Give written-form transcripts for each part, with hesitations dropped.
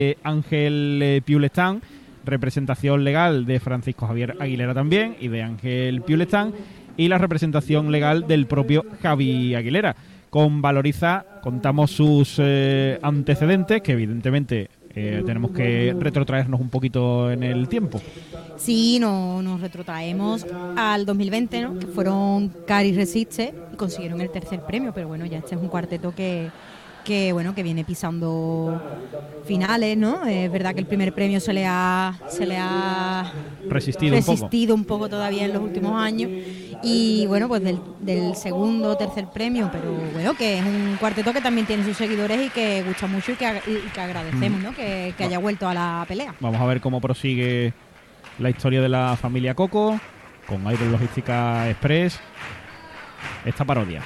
Ángel Piulestán, representación legal de Francisco Javier Aguilera también y de Ángel Piulestán, y la representación legal del propio Javi Aguilera. Con Valoriza contamos sus antecedentes, que evidentemente tenemos que retrotraernos un poquito en el tiempo. Sí, nos retrotraemos al 2020, ¿no? Que furon Cari Resiste y consiguieron el tercer premio, pero bueno, ya este es un cuarteto que viene pisando finales, ¿no? Es verdad que el primer premio se le ha resistido un poco todavía en los últimos años, y bueno, pues del segundo, tercer premio, pero bueno, que es un cuarteto que también tiene sus seguidores y que gusta mucho y que agradecemos, ¿no? Que haya vuelto a la pelea. Vamos a ver cómo prosigue la historia de la familia Coco con Aire Logística Express, esta parodia.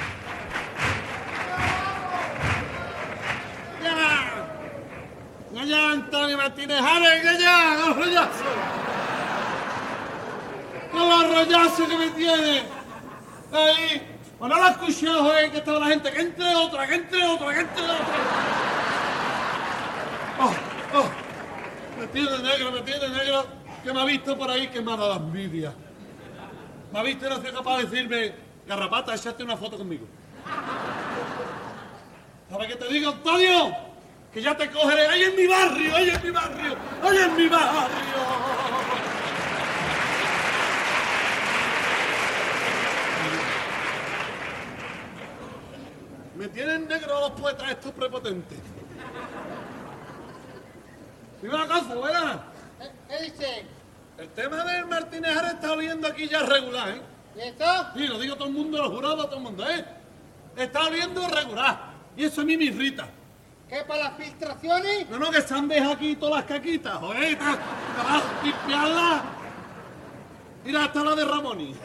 ¡Ya, Antonio Martínez Ares, ya! ¡Los rollazos! ¡Con los rollazos que me tiene! Ahí. ¿O no lo has escuchado, que estaba la gente? ¡Que entre otra, que entre otra, que entre otra! ¡Oh! Me tiene negro, que me ha visto por ahí que me ha dado envidia. Me ha visto y no soy capaz de decirme, Garrapata, échate una foto conmigo. ¿Sabes qué te digo, Antonio? Que ya te cogeré ahí en mi barrio, ahí en mi barrio, ahí en mi barrio. Me tienen negro los poetas estos prepotentes. Dime una cosa, abuela. ¿Qué dice? El tema del Martínez Ares está oliendo aquí ya regular, ¿eh? ¿Y esto? Sí, lo digo todo el mundo, lo jurado a todo el mundo, ¿eh? Está oliendo regular. Y eso a mí me irrita. ¿Qué, para las filtraciones? No, que se han dejado aquí todas las caquitas, joder, te vas a limpiarlas. Mira, hasta la de Ramoni.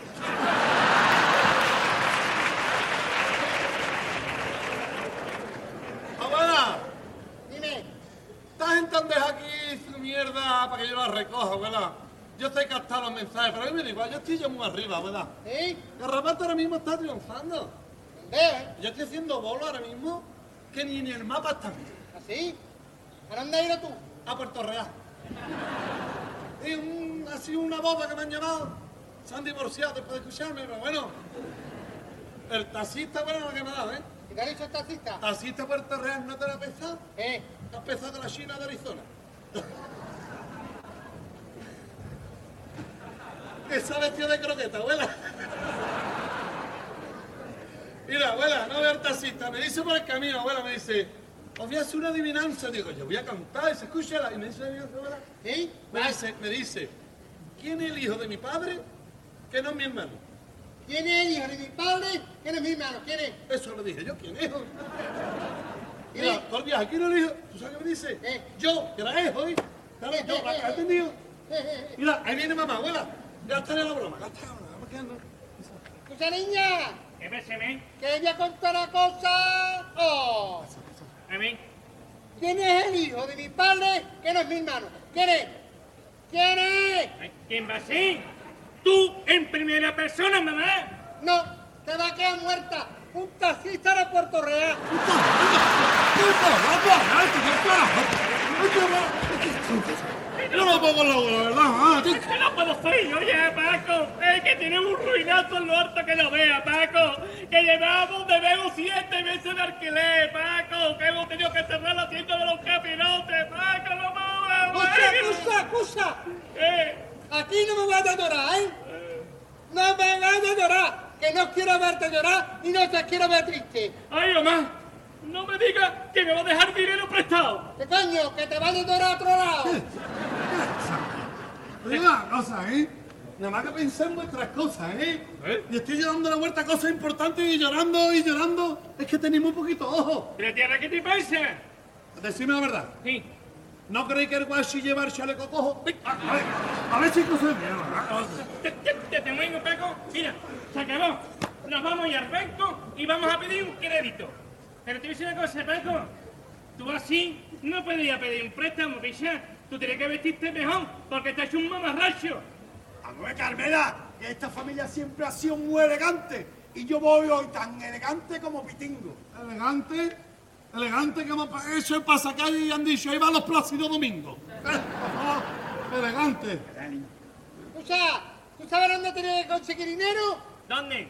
Abuela, Dime. esta gente han dejado aquí su mierda para que yo la recoja, abuela. Yo sé captar los mensajes, pero a mí me da igual, yo estoy ya muy arriba, abuela. ¿Sí? Garrapata ahora mismo está triunfando. ¿Dónde? Yo estoy haciendo bolo ahora mismo, que ni en el mapa está. ¿Así? ¿Para dónde has ido tú? A Puerto Real. Ha sido una boda que me han llamado. Se han divorciado después de escucharme, pero bueno. El taxista, bueno, lo que me ha dado, ¿eh? ¿Qué te ha dicho el taxista? Taxista Puerto Real, ¿no te lo ha pesado? ¿Qué? ¿Te has pesado de la China de Arizona? Esa vestida de croqueta, abuela. Mira, abuela, no veo al taxista. Me dice por el camino, abuela, me dice, os voy a hacer una adivinanza. Digo, yo voy a cantar, y se escúchala. Y me dice, abuela, ¿Sí? me dice, ¿quién es el hijo de mi padre que no es mi hermano? ¿Quién es el hijo de mi padre? ¿Quién es mi hermano? ¿Quién es? Eso le dije yo, ¿quién es? ¿Sí? Mira, todo el viaje, ¿quién es el hijo? ¿Tú sabes qué me dice? Yo, que la es hoy. ¿Sabes? Yo, ¿la has entendido? Mira, ahí viene mamá, abuela. Gástale la broma, vamos quedando. Escucha, niña, ¿Qué pasa, men? que voy a contar una cosa. ¡Oh! A mí. ¿Quién es el hijo de mi padre que no es mi hermano? ¿Quién es? ¿Quién es? ¿Quién va a ser? Tú en primera persona, mamá. No, te va a quedar muerta. Un taxista de Puerto Real. Yo no pongo la abuela, ¿verdad? Es que no puedo ser, oye, Paco. Es que tiene un ruinazo en lo harto que lo vea, Paco. Que llevamos de Bego 7 meses de alquiler, Paco. Que hemos tenido que cerrar la tienda de los capirotes, Paco. No puedo. ¡Excusa! ¿Qué? Aquí no me vas a llorar, ¿eh? No me vas a llorar. Que no quiero verte llorar y no te quiero ver triste. Ay, mamá. No me digas que me va a dejar dinero prestado. ¿Qué coño? Que te vas a llorar a otro lado. Oye, una cosa, ¿eh? Nada más que pensar en vuestras cosas, ¿eh? Y estoy llevando la vuelta a cosas importantes y llorando. Es que tenemos un poquito ojo. ¿Pero tierra qué te pasa? Decime la verdad. Sí. ¿No creéis que el guachi lleva el chaleco cojo? A ver, chicos, Te tengo, Paco. Mira, se acabó. Nos vamos a ir al banco y vamos a pedir un crédito. Pero te voy a decir una cosa, Paco. Tú así no podías pedir un préstamo, picha. Tú tienes que vestirte mejor porque te has hecho un mamarracho. A ver, Carmela, que esta familia siempre ha sido muy elegante. Y yo voy hoy tan elegante como Pitingo. Elegante. Elegante como eso es pasacalle y han dicho, ahí van los Plácido Domingo. Elegante. Escucha, ¿tú sabes dónde tienes que conseguir dinero? ¿Dónde?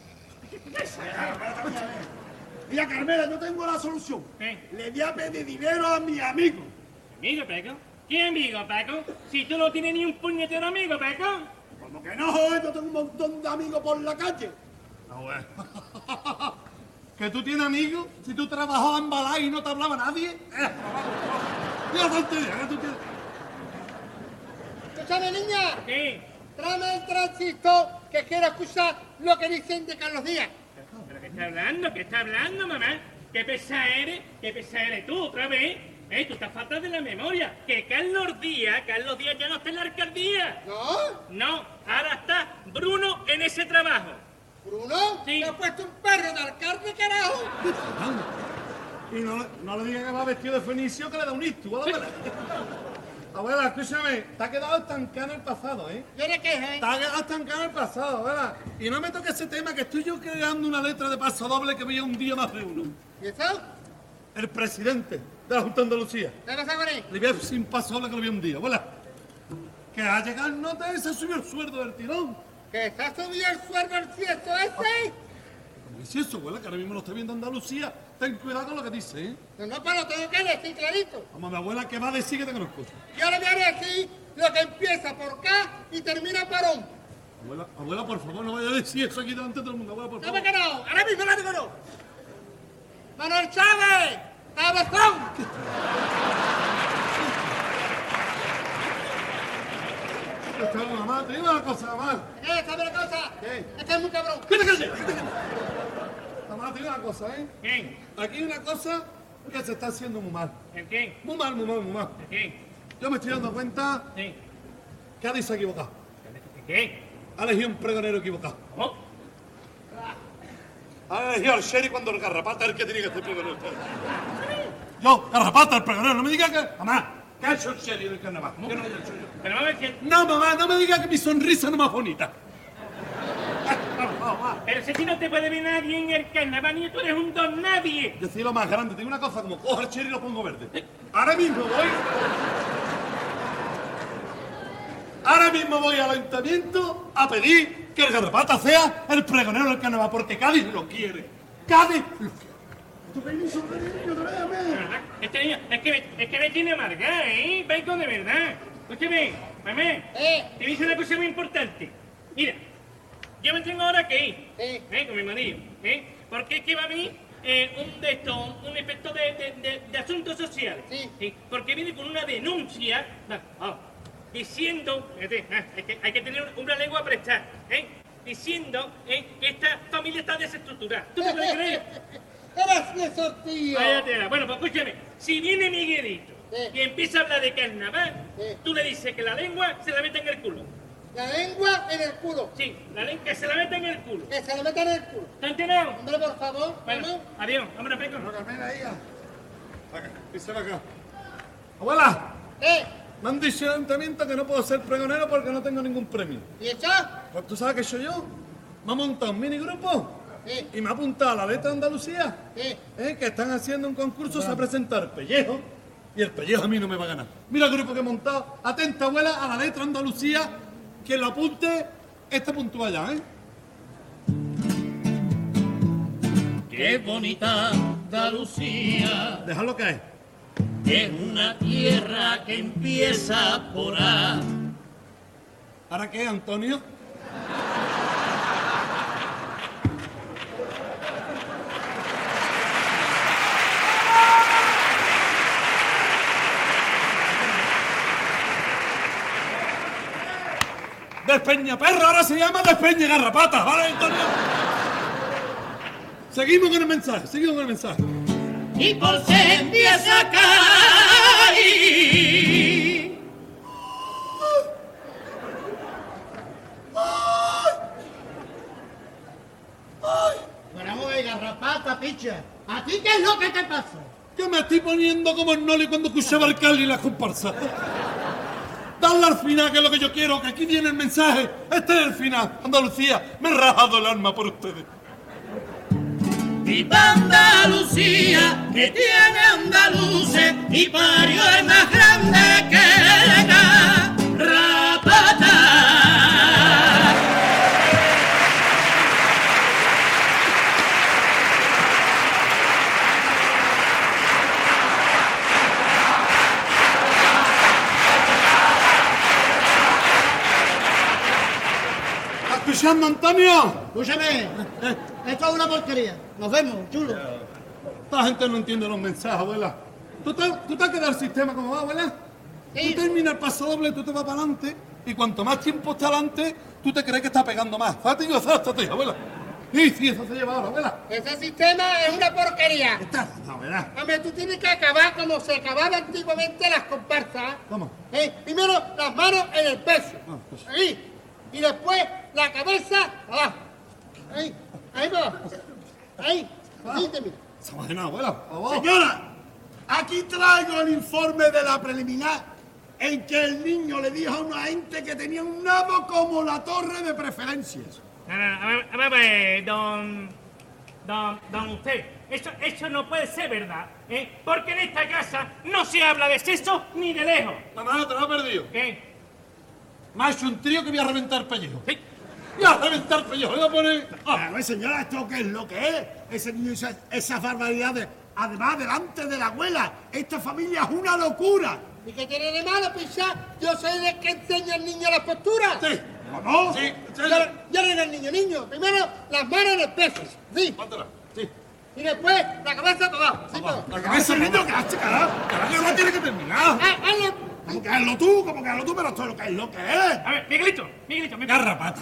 Mira, Carmela, yo tengo la solución. ¿Qué? Le voy a pedir dinero a mi amigo. ¿Amigo, Paco? ¿Qué amigo, Paco? Si tú no tienes ni un puñetero amigo, Paco. Como que no, joder, yo tengo un montón de amigos por la calle. No, güey. ¿Que tú tienes amigos? Si tú trabajabas en Balay y no te hablaba nadie. Mira tontería, que tú tienes. Escúchame, niña. ¿Qué? Tráeme el transistor que quiero escuchar lo que dicen de Carlos Díaz. ¿Pero qué está hablando? ¿Qué está hablando, mamá? ¿Qué pesada eres? ¿Qué pesada eres tú otra vez? Tú estás falta de la memoria. Que Carlos Díaz ya no está en la alcaldía. ¿No? No, ahora está Bruno en ese trabajo. ¿Bruno? Sí. ¿Te ha puesto un perro de alcalde, carajo? Y no le digas que va vestido de fenicio que le da un ictus, abuela. Abuela, escúchame, te ha quedado estancada en el pasado, ¿eh? ¿Yo de qué, Te ha quedado estancada en el pasado, abuela. Y no me toques ese tema que estoy yo creando una letra de paso doble que veía un día más de uno. ¿Y eso? El presidente de la Junta de Andalucía. ¿Qué pasa con él? Le vi sin paso doble que lo vi un día, abuela. Que al llegar nota y se subió el sueldo del tirón. ¿Que está subido el sueldo el ciesto ese? ¿Cómo es eso, abuela? Que ahora mismo lo está viendo Andalucía. Ten cuidado con lo que dice, ¿eh? No, pero lo tengo que decir clarito. Vamos, mi abuela, que va a decir que te conozco. Yo le voy a decir lo que empieza por K y termina por ON. Abuela, por favor, no vaya a decir eso aquí delante de todo el mundo, abuela, por No favor. me no, ahora mismo la digo no. Manuel Chávez, cabezón. Mamá, te digo una cosa, mamá. ¿Sabe la cosa? ¿Qué? Es que es muy cabrón. ¿Qué te calles? Mamá, te digo una cosa, ¿eh? ¿Quién? Aquí hay una cosa que se está haciendo muy mal. ¿El quién? Muy mal, muy mal, muy mal. ¿El quién? Yo me estoy dando cuenta Sí. que Cádiz se ha equivocado. ¿El qué? Ha elegido un pregonero equivocado. ¿Cómo? Ha elegido al sheriff cuando el Garrapata es el que tiene que ser pregonero. Yo, Garrapata, el pregonero, no me digas que... Mamá, ¿qué ha hecho el sheriff del carnaval? Yo no lo he hecho yo. Pero vamos a ver que... No, mamá, no me digas que mi sonrisa no es más bonita. Pero si aquí no te puede ver nadie en el carnaval ni tú eres un don nadie. Yo soy lo más grande. Tengo una cosa, como cojo el cherry y lo pongo verde. Ahora mismo voy al ayuntamiento a pedir que el Garrapata sea el pregonero del carnaval, porque Cádiz lo quiere. Cádiz lo quiere. Tu permiso, niño, ¿Verdad? Este niño, es que me tiene amargada, ¿eh? Bacon de verdad. Escúchame, mamá, te dice una cosa muy importante. Mira, yo me tengo ahora que ir, con mi marido, porque es que va a venir un inspector de asuntos sociales, porque viene con una denuncia, diciendo, es que hay que tener una lengua prestada, diciendo que esta familia está desestructurada. ¿Tú te puedes creer? Eres eso, tío. Váyate, bueno, pues escúchame, si viene Miguelito y empieza a hablar de carnaval, tú le dices que la lengua se la mete en el culo. La lengua en el culo. Sí, la lengua que se la mete en el culo. Que se la meta en el culo. ¿Te has enterado? Hombre, por favor. Bueno, vamos. adiós, vámonos, Peco. Carmela, hija. Acá, písala acá. Abuela, me han dicho en el ayuntamiento que no puedo ser pregonero porque no tengo ningún premio. ¿Y eso? Pues tú sabes que soy yo. Me ha montado un minigrupo Sí. y me ha apuntado a la letra de Andalucía. Sí. Que están haciendo un concurso, se va a presentar el pellejo y el pellejo a mí no me va a ganar. Mira el grupo que he montado. Atenta, abuela, a la letra Andalucía. Quien lo apunte, este puntúa ya, ¿eh? Qué bonita Andalucía, Dejadlo caer. es una tierra que empieza por A. ¿Ahora qué, Antonio? Despeñaperro, ahora se llama Despeña Garrapata, ¿vale, Antonio? Seguimos con el mensaje, Y por se empieza a caer. Bueno, vamos a ver, Garrapata, picha. ¿A ti qué es lo que te pasa? Que me estoy poniendo como el Noli cuando escuchaba al Cali y la comparsa. Dale al final, que es lo que yo quiero, que aquí viene el mensaje. Este es el final. Andalucía, me he rajado el alma por ustedes. viva Andalucía, que tiene andaluces y parió es más grande que la garrapata. ¿Estás escuchando, Antonio? Escúchame, esto es una porquería. Nos vemos, chulo. Esta gente no entiende los mensajes, abuela. ¿Tú te has quedado el sistema como va, abuela? Sí. Tú terminas el paso doble, tú te vas para adelante, y cuanto más tiempo está adelante, tú te crees que está pegando más. Fíjate, abuela. Sí, eso se lleva ahora, abuela. Ese sistema es una porquería. Está, abuela. Hombre, tú tienes que acabar como se acababan antiguamente las comparsas. ¿Cómo? Primero las manos en el pecho. pues. Ahí. Y después la cabeza abajo. Ahí. Ahí va. Ahí. Así te mira. Esa vaina, abuela, por favor. Señora, aquí traigo el informe de la preliminar en que el niño le dijo a una gente que tenía un nabo como la torre de preferencias. A ver, don usted, eso no puede ser verdad, ¿eh? Porque en esta casa no se habla de sexo ni de lejos. Mamá, te lo has perdido. ¿Qué? Me ha hecho un trío que voy a reventar pellejo. Sí. Voy a reventar pellejo, voy a poner... A ver, señora, ¿esto qué es lo que es? Ese niño hizo esas barbaridades. Además, delante de la abuela, esta familia es una locura. ¿Y qué tiene de malo, picha? Yo soy el que enseña al niño las posturas. Sí. ¿Cómo? Sí, sí. Yo no era el niño. Primero las manos en el pecho. Sí. Póntela. Sí. Y después la cabeza para abajo. Sí, Abajo. pero- La cabeza, Ese niño que hace, carajo. Que no tiene que terminar. Hazlo. Como que hazlo tú, pero esto es lo que es. A ver, Miguelito, Garrapata.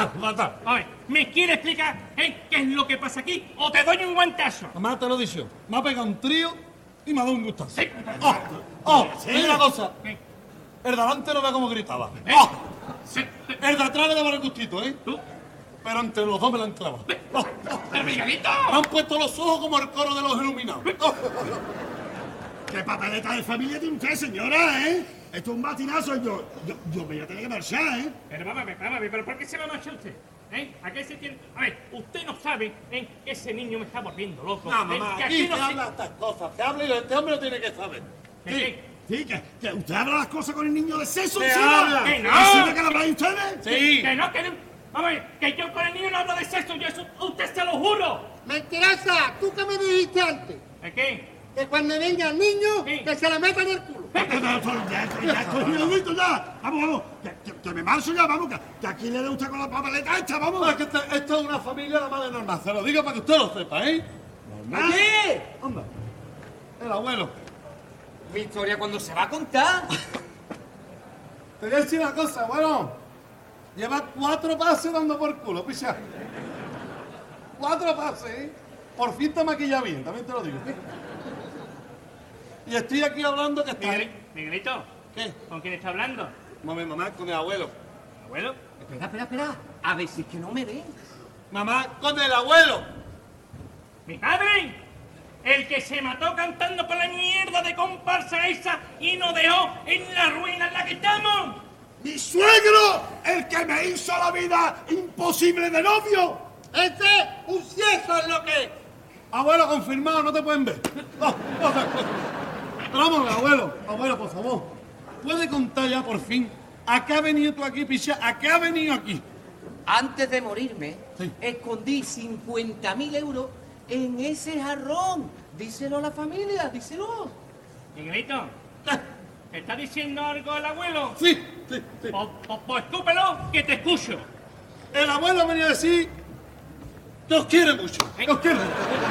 A ver, ¿me quiere explicar qué es lo que pasa aquí o te doy un guantazo? Mamá, te lo he dicho. Me ha pegado un trío y me ha dado un gustazo. Sí. Hay una cosa. ¿Qué? El de adelante no ve cómo gritaba. ¿Eh? ¡Oh! Sí. El de atrás le daba el gustito, ¿eh? ¿Tú? Pero entre los dos me la han clavado. ¡El Miguelito! Me han puesto los ojos como el coro de los iluminados. ¿Qué papeleta de familia tiene usted, señora, eh? Esto es un batinazo y yo me voy a tener que marchar, ¿eh? Pero vamos a ver, ¿pero por qué se va a marchar usted? ¿Eh? ¿A qué se tiene? A ver, usted no sabe, ¿eh? Que ese niño me está volviendo loco. No, mamá, que aquí no se se- habla estas cosas. Se habla y este hombre lo tiene que saber. ¿Qué, Sí. qué? Sí, que usted habla las cosas con el niño de sexo Se encima. habla. Que no. ¿Así de que lo habláis ustedes? Sí. Que no. Vamos a ver, que yo con el niño no hablo de sexo, yo eso, usted se lo juro. Mentirosa, ¿tú qué me dijiste antes? ¿De qué? Que cuando venga el niño, Sí. que se la meta en el culo. Ya estoy violento ya. Vamos. Que me marcho ya, vamos. Que aquí le dé usted con la papeleta esta, vamos. Es que esto es una familia la madre normal. Se lo digo para que usted lo sepa, ¿eh? ¿Qué? Anda. El abuelo. Mi historia cuando se va a contar. Te voy a decir una cosa, abuelo. Lleva 4 pases dando por culo, picha. 4 pases, ¿eh? Por fin te maquilla bien, también te lo digo. ¿eh? Y estoy aquí hablando que está... Miguelito, ¿Qué? ¿con quién está hablando? Mamá, con el abuelo. ¿Abuelo? Espera. A ver si es que no me ven. Mamá, con el abuelo. ¡Mi padre! El que se mató cantando por la mierda de comparsa esa y nos dejó en la ruina en la que estamos. ¡Mi suegro! El que me hizo la vida imposible de novio. Ese un cieso es lo que es. Abuelo, confirmado, no te pueden ver. No. Pero vamos, abuelo, por favor. ¿Puede contar ya por fin a qué ha venido tú aquí, picha? ¿A qué ha venido aquí? Antes de morirme, Sí. escondí 50.000 euros en ese jarrón. Díselo a la familia, díselo. Miguelito, ¿te está diciendo algo el abuelo? Sí. Pues escúpelo, que te escucho. El abuelo venía a decir que os quiere mucho. Que os quiere.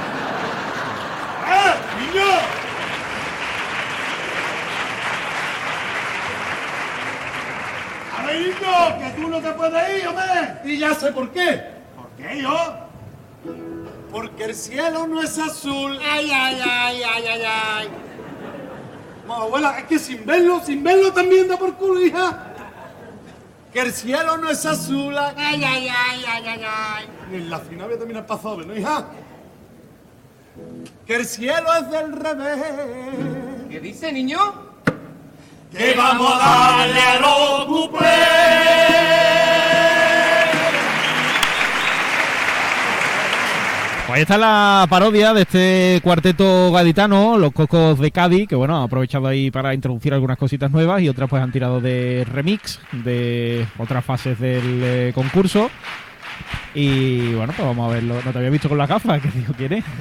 ¡Eh, niño! A ver, niño, que tú no te puedes ir, hombre. Y ya sé por qué. ¿Por qué yo? Porque el cielo no es azul. Ay. No, abuela, es que sin verlo también da por culo, hija. Que el cielo no es azul. Ay. Ni en la final voy a terminar pasado, ¿no, hija? Que el cielo es del revés. ¿Qué dice, niño? Que vamos a darle a los cuplés. Pues ahí está la parodia de este cuarteto gaditano, los Cocos de Cádiz, que bueno, han aprovechado ahí para introducir algunas cositas nuevas y otras pues han tirado de remix de otras fases del concurso. Y bueno, pues vamos a verlo. No te había visto con las gafas, que digo, ¿quién es?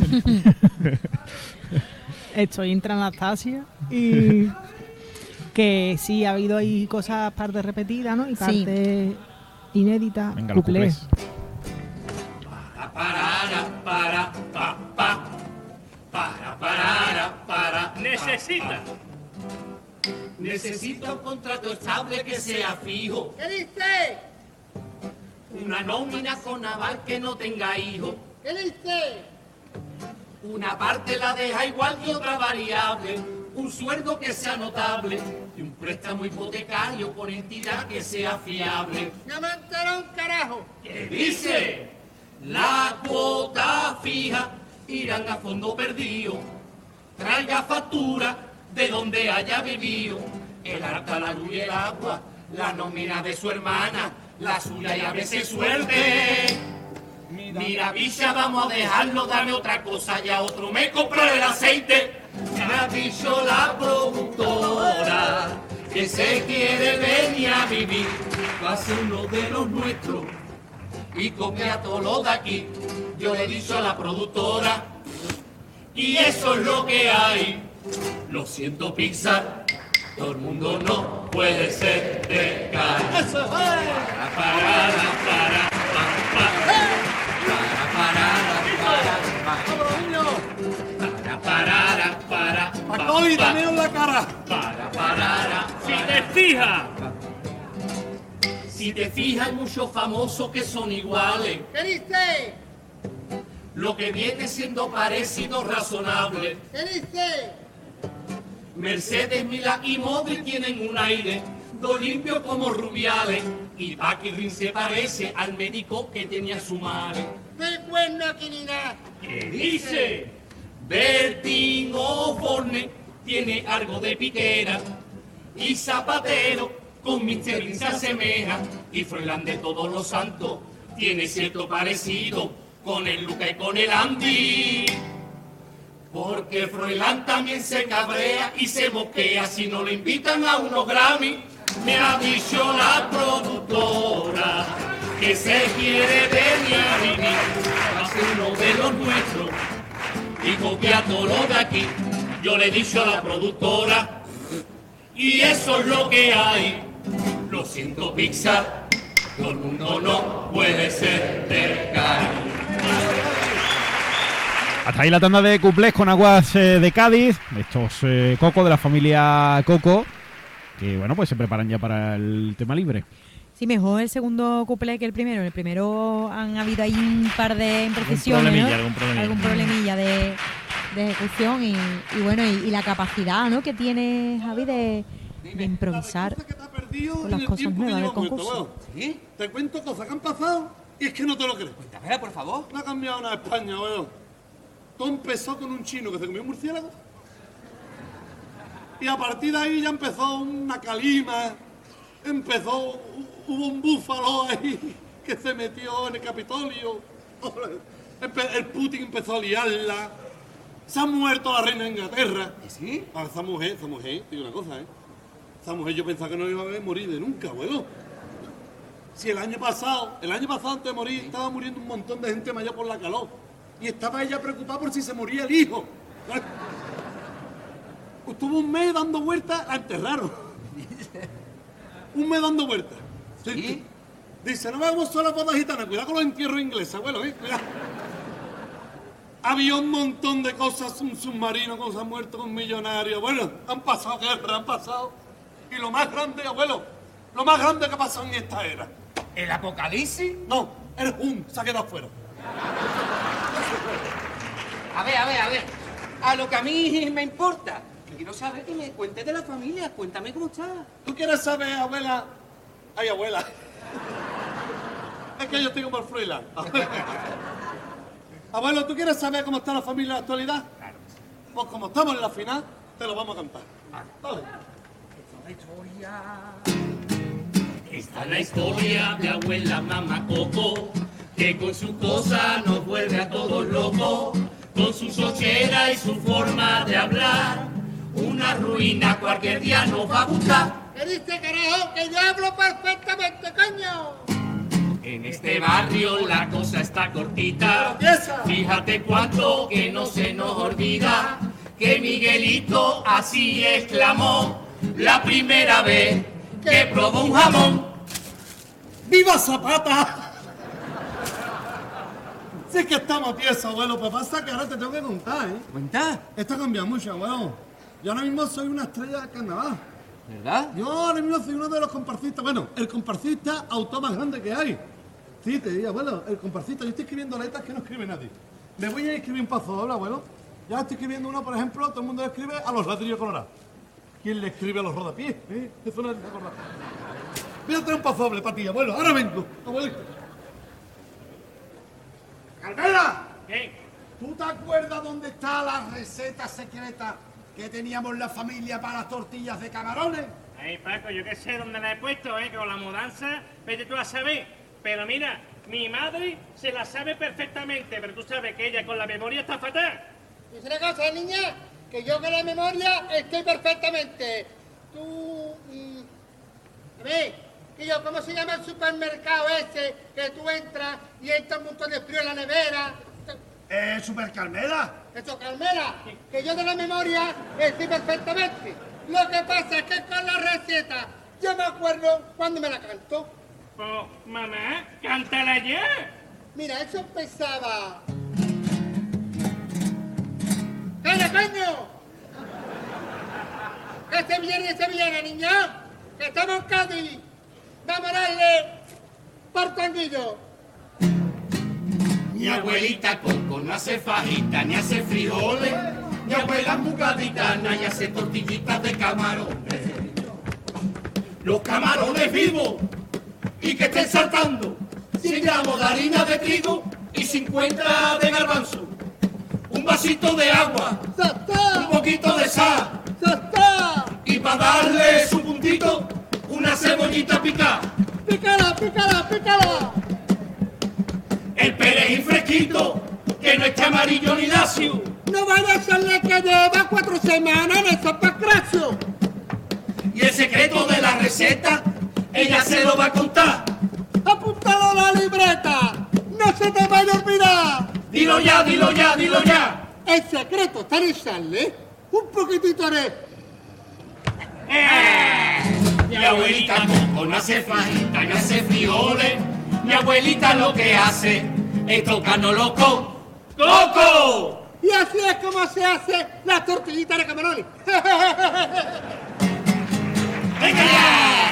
Estoy entre Anastasia y que sí ha habido ahí cosas, partes repetidas, ¿no? Y partes inéditas. Venga, los cuplés. Necesita. Necesito un contrato estable que sea fijo. ¿Qué dice? Una nómina con aval que no tenga hijos. ¿Qué dice? Una parte la deja igual que otra variable. Un sueldo que sea notable. Y un préstamo hipotecario por entidad que sea fiable. No me enteró un carajo. ¿Qué dice? La cuota fija irán a fondo perdido. Traiga factura de donde haya vivido. El arca, la luz y el agua. La nómina de su hermana. La suya y a veces suerte. Mira, bicha, vamos a dejarlo, dame otra cosa y a otro me compraré el aceite. Me ha dicho la productora que se quiere venir a vivir, va a ser uno de los nuestros y copia todo lo de aquí. Yo le he dicho a la productora y eso es lo que hay. Lo siento, Pixar, todo el mundo no puede ser de cara. ¡Paco, y dame en la cara! Si te fijas. Si te fijas, hay muchos famosos que son iguales. ¿Qué dice? Lo que viene siendo parecido razonable. ¿Qué dice? Mercedes, Milán y Modric tienen un aire, dos limpios como Rubiales. Y Paquirrin se parece al médico que tenía su madre. No hay cuerno aquí ni nada. ¿Qué dice? Bertín Osborne tiene algo de piquera. Y Zapatero con Mr. Bean se asemeja. Y Froilán de Todos los Santos tiene cierto parecido con el Luca y con el Andy. Porque Froilán también se cabrea y se moquea si no le invitan a unos Grammy. Me ha dicho la productora que se quiere venir a vivir, va a ser uno de los nuestros y copia todo lo de aquí. Yo le he dicho a la productora y eso es lo que hay. Lo siento, Pixar, todo el mundo no puede ser de Cádiz. Hasta ahí la tanda de cuplés con aguas de Cádiz, estos Coco de la familia Coco, que bueno, pues se preparan ya para el tema libre. Sí, mejor el segundo cuplé que el primero. En el primero han habido ahí un par de imprecisiones, ¿no? Algún problemilla de ejecución y bueno, y la capacidad, ¿no?, que tiene Javi de improvisar con las cosas nuevas del concurso. ¿Sí? Te cuento cosas que han pasado y es que no te lo crees. Cuéntame, por favor. No ha cambiado nada España, weón. Todo empezó con un chino que se comió un murciélago. Y a partir de ahí ya empezó una calima, hubo un búfalo ahí que se metió en el Capitolio, el Putin empezó a liarla, se ha muerto la reina de Inglaterra. ¿Sí? Ah, esa mujer, digo una cosa, esa mujer yo pensaba que no iba a ver morir de nunca, abuelo. Si el año pasado antes de morir, estaba muriendo un montón de gente mayor por la calor. Y estaba ella preocupada por si se moría el hijo. Estuvo un mes dando vueltas, la enterraron. Un mes dando vueltas. ¿Sí? Dice, no me gustó la boda gitana, cuidado con los entierros ingleses, abuelo, cuidado. Había un montón de cosas, un submarino con se han muerto con millonarios. Bueno, han pasado guerras, han pasado. Y lo más grande, abuelo, lo más grande que ha pasado en esta era. ¿El apocalipsis? No, el Hun se ha quedado fuera. A ver. A lo que a mí me importa. Quiero saber que me cuentes de la familia. Cuéntame cómo está. ¿Tú quieres saber, abuela? Ay, abuela. Es que yo estoy como el Froilán. Abuelo, ¿tú quieres saber cómo está la familia en la actualidad? Claro. Pues como estamos en la final, te lo vamos a cantar. Dale. Esta es la historia de abuela mamá Coco, que con su cosa nos vuelve a todos locos, con su sochera y su forma de hablar. Una ruina cualquier día nos va a gustar. ¿Qué dice, carajo? Que yo hablo perfectamente, coño. En este barrio la cosa está cortita. Fíjate cuánto que no se nos olvida que Miguelito así exclamó la primera vez que probó un jamón. ¡Viva Zapata! Sí que estamos tiesos, abuelo, pero pasa que ahora te tengo que contar, ¿eh? ¿Cuenta? Esto ha cambiado mucho, abuelo. Yo ahora mismo soy una estrella de carnaval. ¿Verdad? Yo ahora mismo soy uno de los comparsistas, bueno, el comparsista autor más grande que hay. Sí, te digo, abuelo, el comparsista, yo estoy escribiendo letras que no escribe nadie. Me voy a escribir un paso doble, abuelo. Ya estoy escribiendo uno, por ejemplo, todo el mundo le escribe a los ladrillos colorados. ¿Quién le escribe a los rodapiés? Eso no es recordar. Voy a traer un paso doble para ti, abuelo. Ahora vengo, abuelito. ¡Carmela! ¿Qué? ¿Tú te acuerdas dónde está la receta secreta que teníamos la familia para las tortillas de camarones? Ay, Paco, yo qué sé dónde la he puesto, con la mudanza, vete tú a saber. Pero mira, mi madre se la sabe perfectamente, pero tú sabes que ella con la memoria está fatal. Dice una cosa, niña, que yo con la memoria estoy perfectamente. Tú... a ver, que yo, ¿cómo se llama el supermercado ese que tú entras y entra un montón de frío en la nevera? Super Carmela. Eso, Carmela, que yo de la memoria estoy perfectamente. Lo que pasa es que con la receta yo me acuerdo cuando me la canto. Pues, mamá, cántala ya. Mira, eso empezaba... ¡Calla, coño! Que se viene, niña. Que estamos en Cádiz. Vamos a darle por tanguillo. Mi abuelita Coco no hace fajita ni hace frijoles. Mi abuela es muy gaditana y hace tortillitas de camarones. Los camarones vivos y que estén saltando 100 gramos de harina de trigo y 50 de garbanzo. Un vasito de agua, un poquito de sal y para darle su puntito una cebollita picada. ¡Pícala, pícala, pícala! El perejil fresquito, que no esté amarillo ni lacio. No vaya a serle que lleva 4 semanas en el zapacracio. Y el secreto de la receta, ella se lo va a contar. ¡Apúntalo a la libreta! ¡No se te vaya a olvidar! Dilo ya, dilo ya, dilo ya. El secreto está en echarle un poquitito de... Mi abuelita Coco no hace fajita ni hace frijoles. Mi abuelita lo que hace es tocarnos los coco. Y así es como se hace la tortillita de camarones. ¡Venga ya!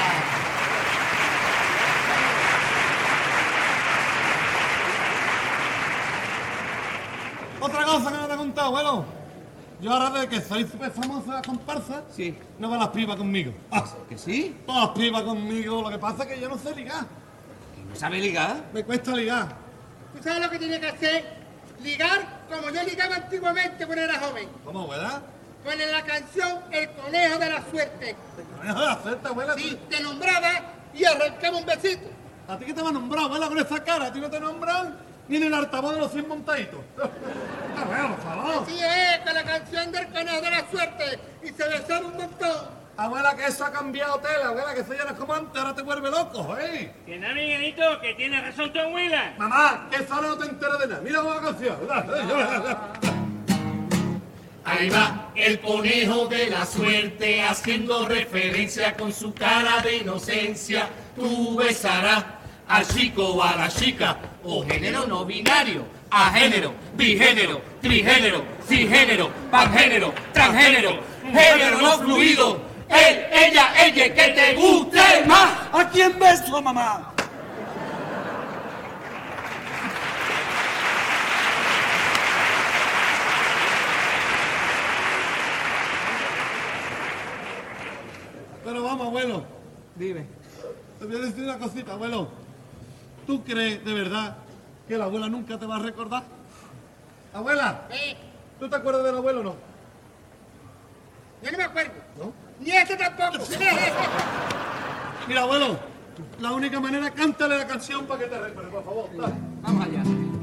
Otra cosa que no te he contado, abuelo. Yo ahora de que soy súper famosa la comparsa, Sí. no van las pibas conmigo. ¿Que sí? Todas las pibas conmigo, lo que pasa es que yo no sé ligar. ¿No sabe ligar? Me cuesta ligar. ¿Tú sabes lo que tiene que hacer? Ligar como yo ligaba antiguamente cuando era joven. ¿Cómo, abuela? Con la canción El Conejo de la Suerte. ¿Me dejas de hacerte, abuela? Sí, te nombraba y arrancaba un besito. ¿A ti qué te va a nombrar, abuela, con esa cara? ¿A ti no te nombran ni en el altavoz de los 100 montaditos? Abuela, por favor. Así es, con la canción del Conejo de la Suerte. Y se besaron un montón. Abuela, que eso ha cambiado tela, abuela, que eso ya no es como antes, ahora te vuelve loco, ¿eh? Que no, Miguelito, que tiene razón tu abuela. Mamá, que esa ahora no te enteras de nada. Mira cómo va la canción. Ahí va el conejo de la suerte haciendo referencia con su cara de inocencia. Tú besarás al chico o a la chica, o género no binario, a género, bigénero, trigénero, cisgénero, pangénero, transgénero, género no fluido. Él, ella, que te guste más. ¿A quién beso, mamá? Pero vamos, abuelo. Dime. Te voy a decir una cosita, abuelo. ¿Tú crees de verdad que la abuela nunca te va a recordar? Abuela, ¿tú te acuerdas del abuelo o no? Yo no me acuerdo. ¿No? Ni este tampoco. Mira, abuelo, La única manera, cántale la canción para que te recuerde, por favor. Dale. Vamos allá.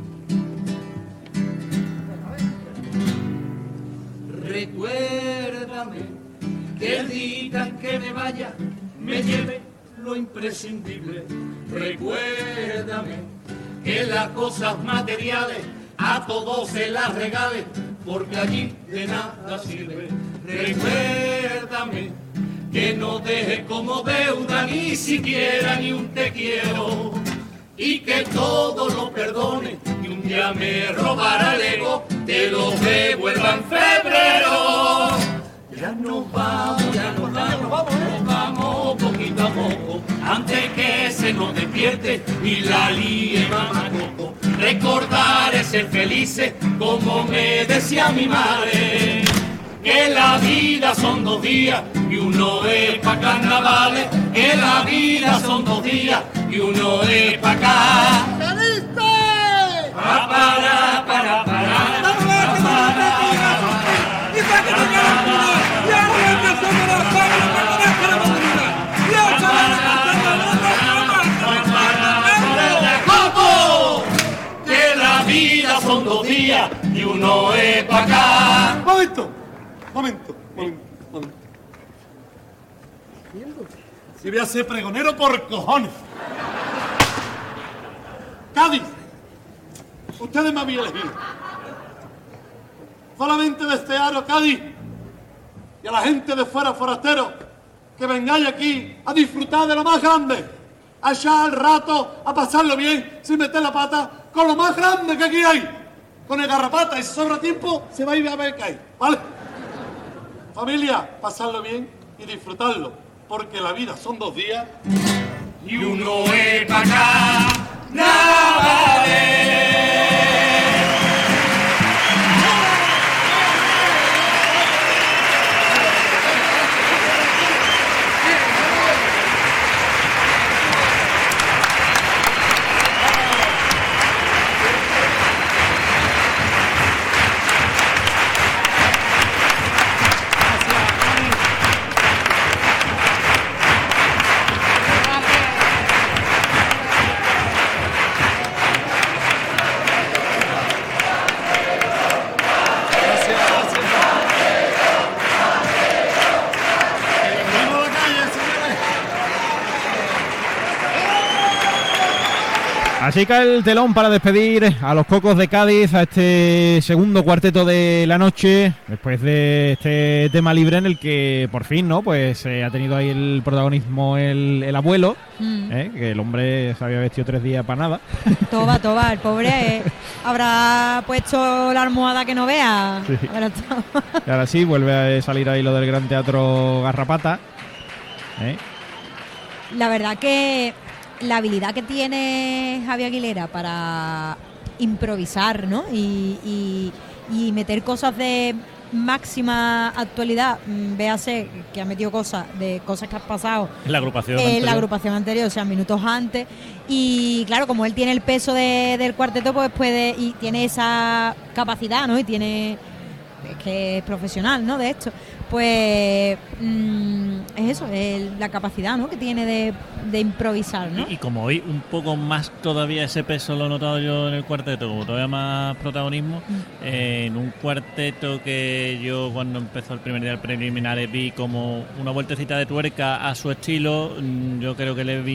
Recuérdame que el día en que me vaya me lleve lo imprescindible. Recuérdame que las cosas materiales a todos se las regale, porque allí de nada sirve. Recuérdame que no deje como deuda ni siquiera ni un te quiero, y que todo lo perdone, y un día me robará el ego, te lo devuelva en febrero. Ya nos vamos poquito a poco, antes que se nos despierte y la líe mamacoco. Recordar es ser felices, como me decía mi madre, que la vida son 2 días y uno es pa' carnavales, que la vida son 2 días y uno es pa' acá. Que la vida son 2 días y uno es pa' acá. Momento. Si voy a ser pregonero por cojones. Cádiz, ustedes me habían elegido. Solamente desearos, Cádiz, y a la gente de fuera, forasteros, que vengáis aquí a disfrutar de lo más grande, a echar el rato, a pasarlo bien, sin meter la pata, con lo más grande que aquí hay, con el garrapata, y si sobra tiempo, se va a ir a ver qué hay, ¿vale? Familia, pasarlo bien y disfrutarlo, porque la vida son 2 días y uno es pa' acá. Navales. Así cae el telón para despedir a los Cocos de Cádiz, a este segundo cuarteto de la noche, después de este tema libre en el que por fin, ¿no? Pues ha tenido ahí el protagonismo el abuelo, que el hombre se había vestido 3 días para nada. Toba, el pobre habrá puesto la almohada que no vea. Sí. Y ahora sí, vuelve a salir ahí lo del Gran Teatro Garrapata. La verdad que la habilidad que tiene Javi Aguilera para improvisar, ¿no? Y meter cosas de máxima actualidad, véase que ha metido cosas que han pasado en la agrupación anterior, o sea, minutos antes, y claro, como él tiene el peso del cuarteto, pues puede, y tiene esa capacidad, ¿no? Y tiene, es que es profesional, ¿no? De esto, pues es eso, la capacidad, ¿no? Que tiene de improvisar, ¿no? Y como hoy un poco más todavía ese peso lo he notado yo en el cuarteto, como todavía más protagonismo, en un cuarteto que yo cuando empezó el primer día del preliminares vi como una vueltecita de tuerca a su estilo, yo creo que le vi